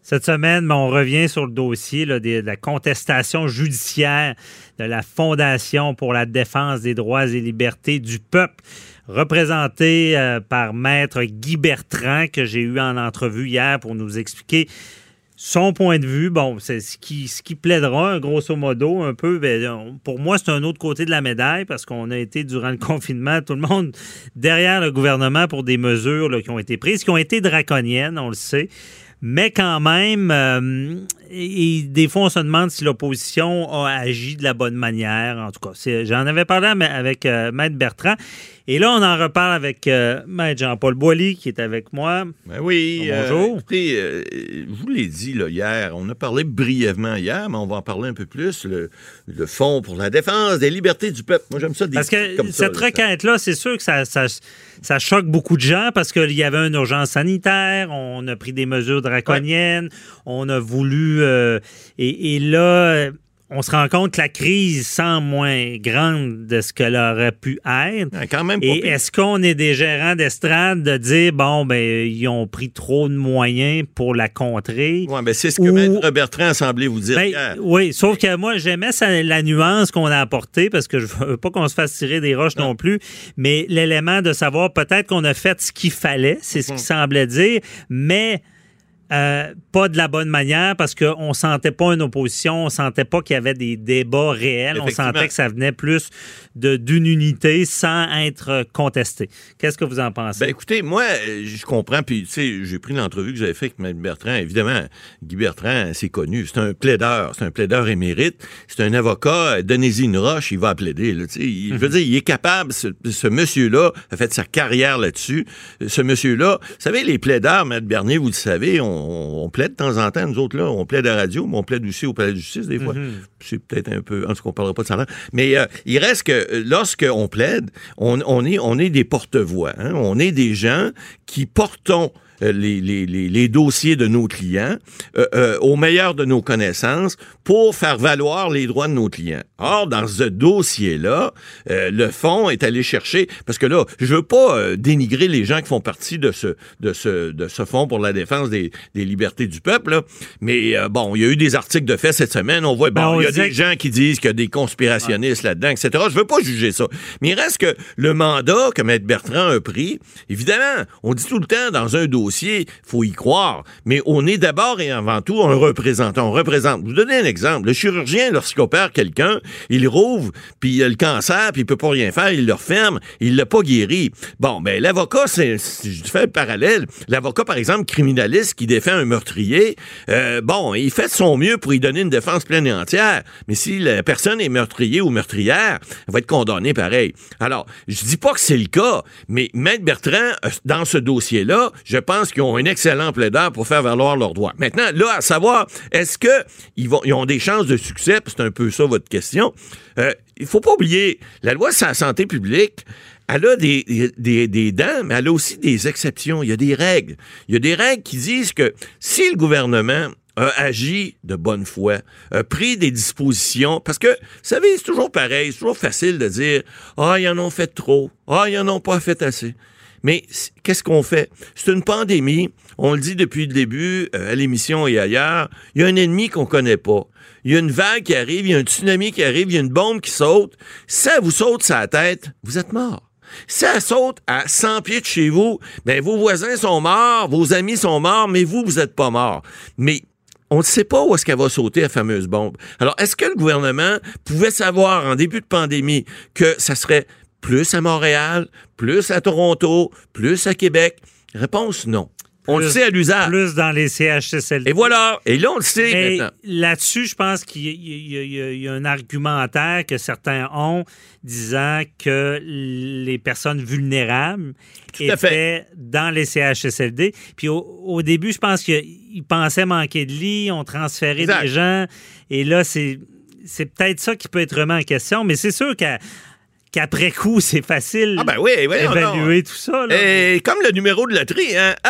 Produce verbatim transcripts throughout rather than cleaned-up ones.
Cette semaine, on revient sur le dossier là, de la contestation judiciaire de la Fondation pour la défense des droits et libertés du peuple, représentée euh, par Maître Guy Bertrand, que j'ai eu en entrevue hier pour nous expliquer son point de vue. Bon, c'est ce qui, ce qui plaidera, grosso modo, un peu. Bien, pour moi, c'est un autre côté de la médaille parce qu'on a été, durant le confinement, tout le monde derrière le gouvernement pour des mesures là, qui ont été prises, qui ont été draconiennes, on le sait. Mais quand même, euh, et, et des fois, on se demande si l'opposition a agi de la bonne manière. En tout cas, c'est, j'en avais parlé avec euh, Maître Bertrand. Et là, on en reparle avec euh, Maître Jean-Paul Boily, qui est avec moi. Ben oui. Bonjour. Euh, écoutez, euh, je vous l'ai dit là, hier, on a parlé brièvement hier, mais on va en parler un peu plus. Le, le Fonds pour la défense des libertés du peuple. Moi, j'aime ça. Des parce que comme cette ça, requête-là, c'est sûr que ça, ça, ça choque beaucoup de gens parce qu'il y avait une urgence sanitaire, on a pris des mesures draconiennes, ouais. on a voulu... Euh, et, et là... on se rend compte que la crise semble moins grande de ce qu'elle aurait pu être. Ouais, quand même pas Et pire. est-ce qu'on est des gérants d'estrade de dire, bon, ben ils ont pris trop de moyens pour la contrer? Oui, ben c'est ce que Ou... Maître Bertrand a semblé vous dire ben, hier. Oui, sauf que moi, j'aimais ça, la nuance qu'on a apportée, parce que je veux pas qu'on se fasse tirer des roches non, non plus, mais l'élément de savoir peut-être qu'on a fait ce qu'il fallait, c'est mm-hmm. ce qu'il semblait dire, mais... Euh, pas de la bonne manière parce qu'on ne sentait pas une opposition, on ne sentait pas qu'il y avait des débats réels, on sentait que ça venait plus de, d'une unité sans être contesté. Qu'est-ce que vous en pensez? Ben écoutez, moi, je comprends, puis tu sais, j'ai pris l'entrevue que j'avais faite avec M. Bertrand. Évidemment, Guy Bertrand, c'est connu, c'est un plaideur, c'est un plaideur émérite, c'est un avocat, donnez-y une roche, il va plaider. Là, mm-hmm. Je veux dire, il est capable, ce, ce monsieur-là a fait sa carrière là-dessus. Ce monsieur-là, vous savez, les plaideurs, M. Bernier, vous le savez, on On, on plaide de temps en temps, nous autres, là, on plaide à la radio, mais on plaide aussi au palais de justice, des fois. Mm-hmm. C'est peut-être un peu... En tout cas, on ne parlera pas de ça là. Mais euh, il reste que, lorsqu'on plaide, on, on, est, on est des porte-voix. Hein? On est des gens qui portons Les, les, les, les dossiers de nos clients euh, euh, au meilleur de nos connaissances pour faire valoir les droits de nos clients. Or, dans ce dossier-là, euh, le fonds est allé chercher, parce que là, je veux pas euh, dénigrer les gens qui font partie de ce, de ce, de ce fonds pour la défense des, des libertés du peuple, là. Mais euh, bon, il y a eu des articles de fait cette semaine, on voit, bon, il y a des que... gens qui disent qu'il y a des conspirationnistes ouais. là-dedans, et cetera. Je veux pas juger ça. Mais il reste que le mandat que M. Bertrand a pris, évidemment, on dit tout le temps dans un dossier, il faut y croire, mais on est d'abord et avant tout un représentant. On représente. Je vous donne un exemple. Le chirurgien, lorsqu'il opère quelqu'un, il rouvre, puis il a le cancer, puis il peut pas rien faire, il le referme, il l'a pas guéri. Bon, ben l'avocat, c'est, je fais le parallèle, l'avocat, par exemple, criminaliste qui défend un meurtrier, euh, bon, il fait de son mieux pour y donner une défense pleine et entière, mais si la personne est meurtrier ou meurtrière, elle va être condamnée pareil. Alors, je dis pas que c'est le cas, mais M. Bertrand, dans ce dossier-là, je pense qu'ils ont un excellent plaideur pour faire valoir leurs droits. Maintenant, là, à savoir, est-ce qu'ils vont, ils ont des chances de succès? C'est un peu ça votre question. Euh, il faut pas oublier, la loi sur la santé publique, elle a des, des, des dents, mais elle a aussi des exceptions. Il y a des règles. Il y a des règles qui disent que si le gouvernement a agi de bonne foi, a pris des dispositions, parce que, vous savez, c'est toujours pareil, c'est toujours facile de dire « Ah, ils en ont fait trop. Ah, ils en ont pas fait assez. » Mais qu'est-ce qu'on fait? C'est une pandémie. On le dit depuis le début, euh, à l'émission et ailleurs. Il y a un ennemi qu'on connaît pas. Il y a une vague qui arrive, il y a un tsunami qui arrive, il y a une bombe qui saute. Si ça vous saute sur la tête, vous êtes mort. Si ça saute à cent pieds de chez vous, ben vos voisins sont morts, vos amis sont morts, mais vous, vous êtes pas morts. Mais on ne sait pas où est-ce qu'elle va sauter, la fameuse bombe. Alors, est-ce que le gouvernement pouvait savoir en début de pandémie que ça serait plus à Montréal, plus à Toronto, plus à Québec? Réponse, non. On plus, le sait à l'usage. Plus dans les C H S L D. Et voilà. Et là, on le sait mais maintenant. Là-dessus, je pense qu'il y a, il y a, il y a, il y a un argumentaire que certains ont disant que les personnes vulnérables Tout étaient dans les C H S L D. Puis au, au début, je pense qu'ils pensaient manquer de lits, on transférait exact. Des gens. Et là, c'est, c'est peut-être ça qui peut être remis en question. Mais c'est sûr qu'à qu'après coup, c'est facile ah ben oui, oui, d'évaluer non, non. tout ça. Là. Et comme le numéro de loterie, hein? Ah!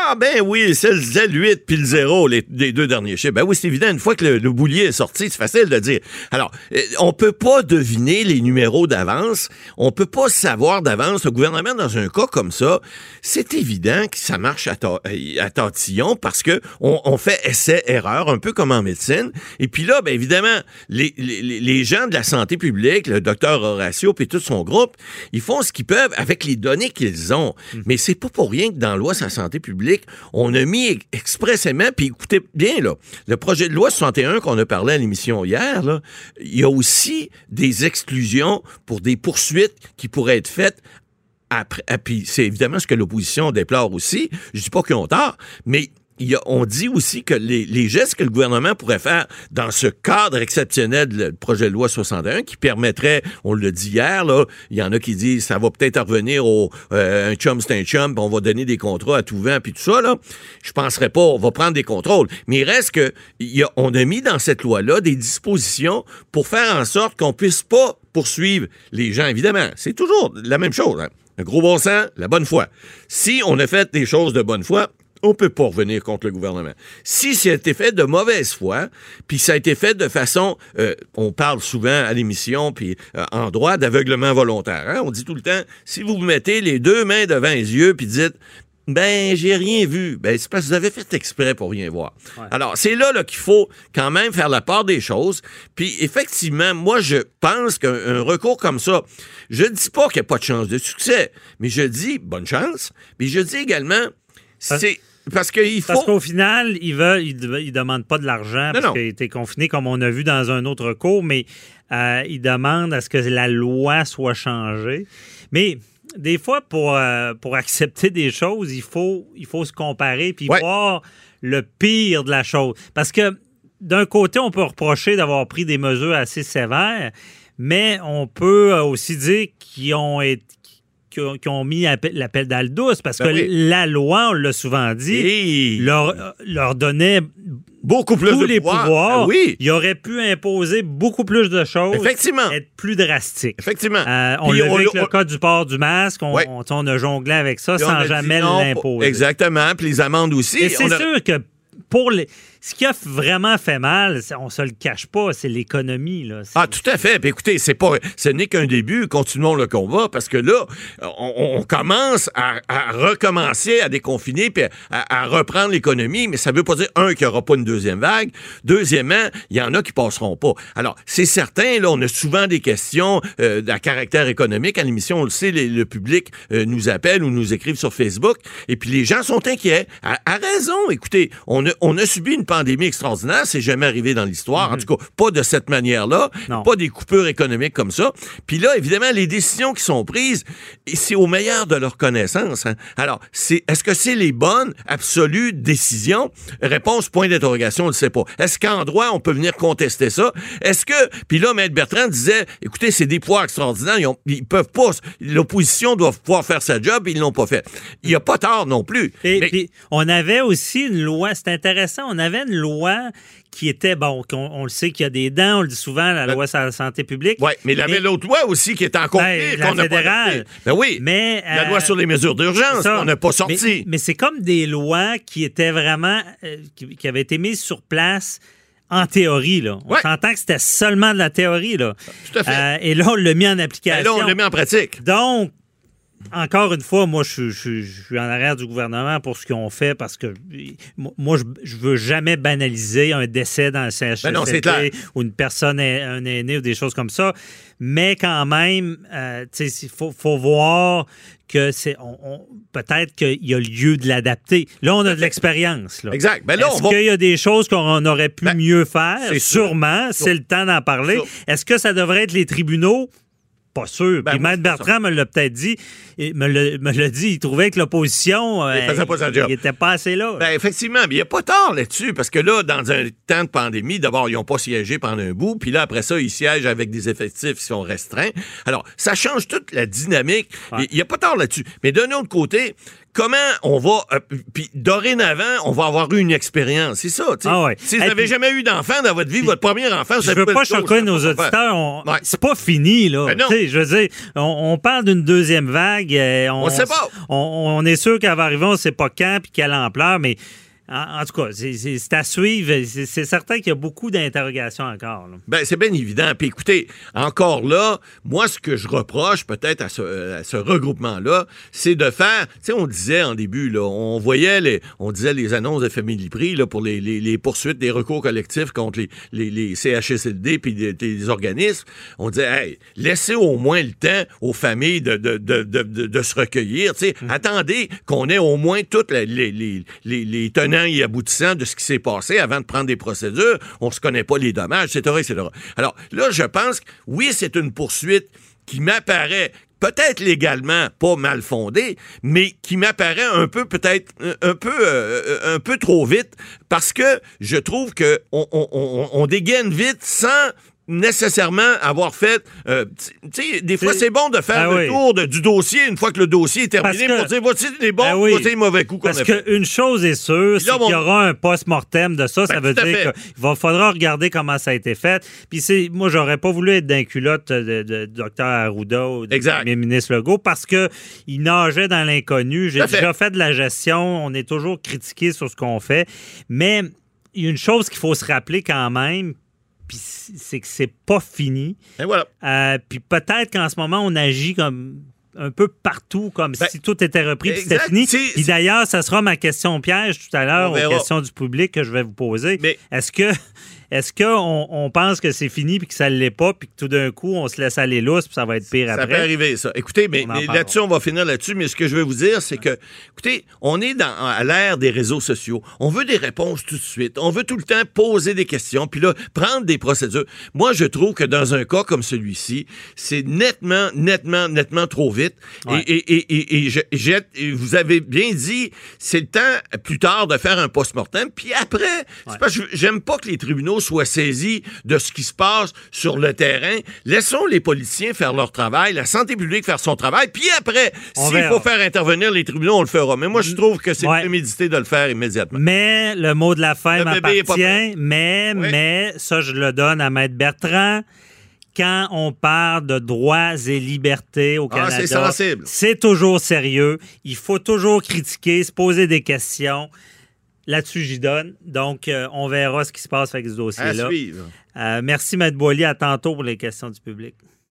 Ah, ben oui, c'est le Z huit puis le zéro, les, les deux derniers chiffres. Ben oui, c'est évident, une fois que le, le boulier est sorti, c'est facile de dire. Alors, on peut pas deviner les numéros d'avance, on peut pas savoir d'avance. Le gouvernement, dans un cas comme ça, c'est évident que ça marche à, ta, à tatillon parce que on, on fait essai-erreur, un peu comme en médecine. Et puis là, ben évidemment, les, les, les gens de la santé publique, le docteur Horacio puis tout son groupe, ils font ce qu'ils peuvent avec les données qu'ils ont. Mmh. Mais c'est pas pour rien que dans la loi sur la santé publique, on a mis expressément, puis écoutez bien, là, le projet de loi soixante et un qu'on a parlé à l'émission hier, là, il y a aussi des exclusions pour des poursuites qui pourraient être faites après. Puis c'est évidemment ce que l'opposition déplore aussi. Je dis pas qu'ils ont tort, mais il y a, on dit aussi que les, les gestes que le gouvernement pourrait faire dans ce cadre exceptionnel du projet de loi soixante et un qui permettrait, on l'a dit hier, là, il y en a qui disent ça va peut-être revenir au euh, un chum c'est un chum, puis on va donner des contrats à tout vent, puis tout ça, là. Je penserais pas, on va prendre des contrôles. Mais il reste que, il y a, on a mis dans cette loi-là des dispositions pour faire en sorte qu'on puisse pas poursuivre les gens, évidemment. C'est toujours la même chose, hein. Le gros bon sens, la bonne foi. Si on a fait des choses de bonne foi, on peut pas revenir contre le gouvernement. Si ça a été fait de mauvaise foi, puis ça a été fait de façon, euh, on parle souvent à l'émission, puis euh, en droit d'aveuglement volontaire. Hein? On dit tout le temps, si vous vous mettez les deux mains devant les yeux, puis dites, ben j'ai rien vu, ben c'est parce que vous avez fait exprès pour rien voir. Ouais. Alors c'est là, là qu'il faut quand même faire la part des choses. Puis effectivement, moi je pense qu'un un recours comme ça, je dis pas qu'il n'y a pas de chance de succès, mais je dis bonne chance. Mais je dis également, c'est Parce qu'il faut... Parce qu'au final, il ne il, il demande pas de l'argent non, parce qu'il était confiné, comme on a vu dans un autre cours, mais euh, il demande à ce que la loi soit changée. Mais des fois, pour, euh, pour accepter des choses, il faut, il faut se comparer puis ouais. voir le pire de la chose. Parce que d'un côté, on peut reprocher d'avoir pris des mesures assez sévères, mais on peut aussi dire qu'ils ont été Qui ont, qui ont mis la pédale douce, parce ben que oui. la loi, on l'a souvent dit, Et... leur, leur donnait beaucoup plus tous de les pouvoir. pouvoirs. Ben oui. Il aurait pu imposer beaucoup plus de choses. Effectivement. Être plus drastique. Effectivement. Euh, on l'a vu avec on... le cas du port du masque. On, ouais. on, on a jonglé avec ça Puis sans jamais non, l'imposer. Exactement. Puis les amendes aussi. Et c'est on a... sûr que pour les... Ce qui a vraiment fait mal, on se le cache pas, c'est l'économie. Là. C'est... Ah, tout à fait. Puis écoutez, c'est pas, ce n'est qu'un début. Continuons le combat parce que là, on, on commence à, à recommencer à déconfiner puis à, à reprendre l'économie. Mais ça veut pas dire, un, qu'il n'y aura pas une deuxième vague. Deuxièmement, il y en a qui passeront pas. Alors, c'est certain, là, on a souvent des questions euh, à caractère économique. À l'émission, on le sait, les, le public euh, nous appelle ou nous écrivent sur Facebook. Et puis les gens sont inquiets. À, à raison. Écoutez, on a, on a subi une pandémie extraordinaire, c'est jamais arrivé dans l'histoire. Mm-hmm. En tout cas, pas de cette manière-là. Non. Pas des coupures économiques comme ça. Puis là, évidemment, les décisions qui sont prises, c'est au meilleur de leur connaissance. Hein. Alors, c'est, est-ce que c'est les bonnes, absolues décisions? Réponse, point d'interrogation, on ne le sait pas. Est-ce qu'en droit, on peut venir contester ça? Est-ce que... Puis là, Maître Bertrand disait, écoutez, c'est des pouvoirs extraordinaires, ils, ont, ils peuvent pas... L'opposition doit pouvoir faire sa job, ils l'ont pas fait. Il n'y a pas tort non plus. Et mais... puis, on avait aussi une loi, c'est intéressant, on avait une loi qui était, bon, on, on le sait qu'il y a des dents, on le dit souvent, la loi sur la santé publique. Oui, mais il y avait l'autre loi aussi qui était encore pire, ben, qu'on n'a pas fait. Ben oui, mais, la euh, loi sur les mesures d'urgence qu'on n'a pas sorti. Mais, mais c'est comme des lois qui étaient vraiment, euh, qui, qui avaient été mises sur place en théorie, là. On ouais. s'entend que c'était seulement de la théorie, là. Tout à fait. Euh, et là, on l'a mis en application. Et là, on l'a mis en pratique. Donc, encore une fois, moi, je, je, je suis en arrière du gouvernement pour ce qu'ils ont fait parce que moi, je ne veux jamais banaliser un décès dans le C H S L D ben non, c'est clair. Ou une personne, un aîné ou des choses comme ça. Mais quand même, euh, il faut, faut voir que c'est on, on, peut-être qu'il y a lieu de l'adapter. Là, on a de l'expérience. Là. Exact. Ben là, Est-ce on va... qu'il y a des choses qu'on aurait pu ben, mieux faire? C'est Sûrement, c'est le temps d'en parler. Sûr. Est-ce que ça devrait être les tribunaux? Pas sûr. Ben, Puis Maître Bertrand me l'a peut-être dit, me l'a, me l'a dit, il trouvait que l'opposition, il faisait pas sa job. Il était pas assez là. Ben, effectivement, mais il n'y a pas tort là-dessus, parce que là, dans un temps de pandémie, d'abord, ils n'ont pas siégé pendant un bout, puis là, après ça, ils siègent avec des effectifs qui sont restreints. Alors, ça change toute la dynamique. Il ouais. n'y a pas tort là-dessus. Mais d'un autre côté, comment on va... Euh, puis dorénavant, on va avoir eu une expérience. C'est ça, tu sais. Ah ouais. Si vous hey, n'avez puis, jamais eu d'enfant dans votre vie, votre premier enfant... Je veux pas choquer nos auditeurs. On, ouais. C'est pas fini, là. Ben je veux dire, on, on parle d'une deuxième vague. Euh, on, on sait pas. On, on est sûr qu'elle va arriver, on sait pas quand puis quelle ampleur, mais... En, en tout cas, c'est, c'est, c'est à suivre. C'est, c'est certain qu'il y a beaucoup d'interrogations encore. Là. Ben, c'est bien évident. Puis écoutez, encore là, moi, ce que je reproche peut-être à ce, à ce regroupement-là, c'est de faire... Tu sais, on disait en début, là, on voyait, les, on disait les annonces de Family Prix là, pour les, les, les poursuites des recours collectifs contre les, les, les C H S L D puis des, des organismes. On disait, hey, laissez au moins le temps aux familles de, de, de, de, de, de se recueillir. Tu sais, mmh. Attendez qu'on ait au moins toutes les, les, les, les, les tenants et aboutissant de ce qui s'est passé avant de prendre des procédures. On se connaît pas les dommages, et cetera, et cetera. Alors là, je pense que oui, c'est une poursuite qui m'apparaît peut-être légalement pas mal fondée, mais qui m'apparaît un peu peut-être un peu euh, un peu trop vite parce que je trouve que on, on, on, on dégaine vite sans nécessairement avoir fait... Euh, tu sais, des fois, c'est, c'est bon de faire ah, le oui. tour de, du dossier une fois que le dossier est terminé que, pour dire voici les bons, ah, oui. voici les mauvais coups qu'on a fait. Parce qu'une chose est sûre, c'est bon, qu'il y aura un post-mortem de ça. Ben, ça veut dire qu'il va faudra regarder comment ça a été fait. Puis c'est, moi, j'aurais pas voulu être d'un culotte de, de, de Dr Arruda ou du premier ministre Legault parce qu'il nageait dans l'inconnu. J'ai déjà fait de la gestion. On est toujours critiqué sur ce qu'on fait. Mais il y a une chose qu'il faut se rappeler quand même, puis c'est que c'est pas fini. Et voilà. Euh, puis peut-être qu'en ce moment, on agit comme un peu partout, comme ben, si tout était repris et c'était fini. C'est, puis d'ailleurs, ça sera ma question piège tout à l'heure, aux questions du public que je vais vous poser. Mais est-ce que... Est-ce qu'on on pense que c'est fini puis que ça ne l'est pas puis que tout d'un coup, on se laisse aller lousse puis ça va être pire ça après? Ça peut arriver, ça. Écoutez, mais, mais là-dessus, on va finir là-dessus, mais ce que je veux vous dire, c'est que, écoutez, on est dans, à l'ère des réseaux sociaux. On veut des réponses tout de suite. On veut tout le temps poser des questions puis là, prendre des procédures. Moi, je trouve que dans un cas comme celui-ci, c'est nettement, nettement, nettement trop vite. Ouais. Et, et, et, et, et, je, je, et vous avez bien dit, c'est le temps plus tard de faire un post-mortem. Puis après, ouais. c'est parce que j'aime pas que les tribunaux soient saisis de ce qui se passe sur le terrain. Laissons les politiciens faire leur travail, la santé publique faire son travail, puis après, on s'il verra. faut faire intervenir les tribunaux, on le fera. Mais moi, je trouve que c'est ouais. prémédité de le faire immédiatement. Mais le mot de la fin m'appartient, mais, oui. mais, ça, je le donne à Maître Bertrand. Quand on parle de droits et libertés au Canada, ah, c'est sensible. C'est toujours sérieux. Il faut toujours critiquer, se poser des questions. Là-dessus, j'y donne. Donc, euh, on verra ce qui se passe avec ce dossier-là. À suivre. Euh, merci, Maître Boily. À tantôt pour les questions du public.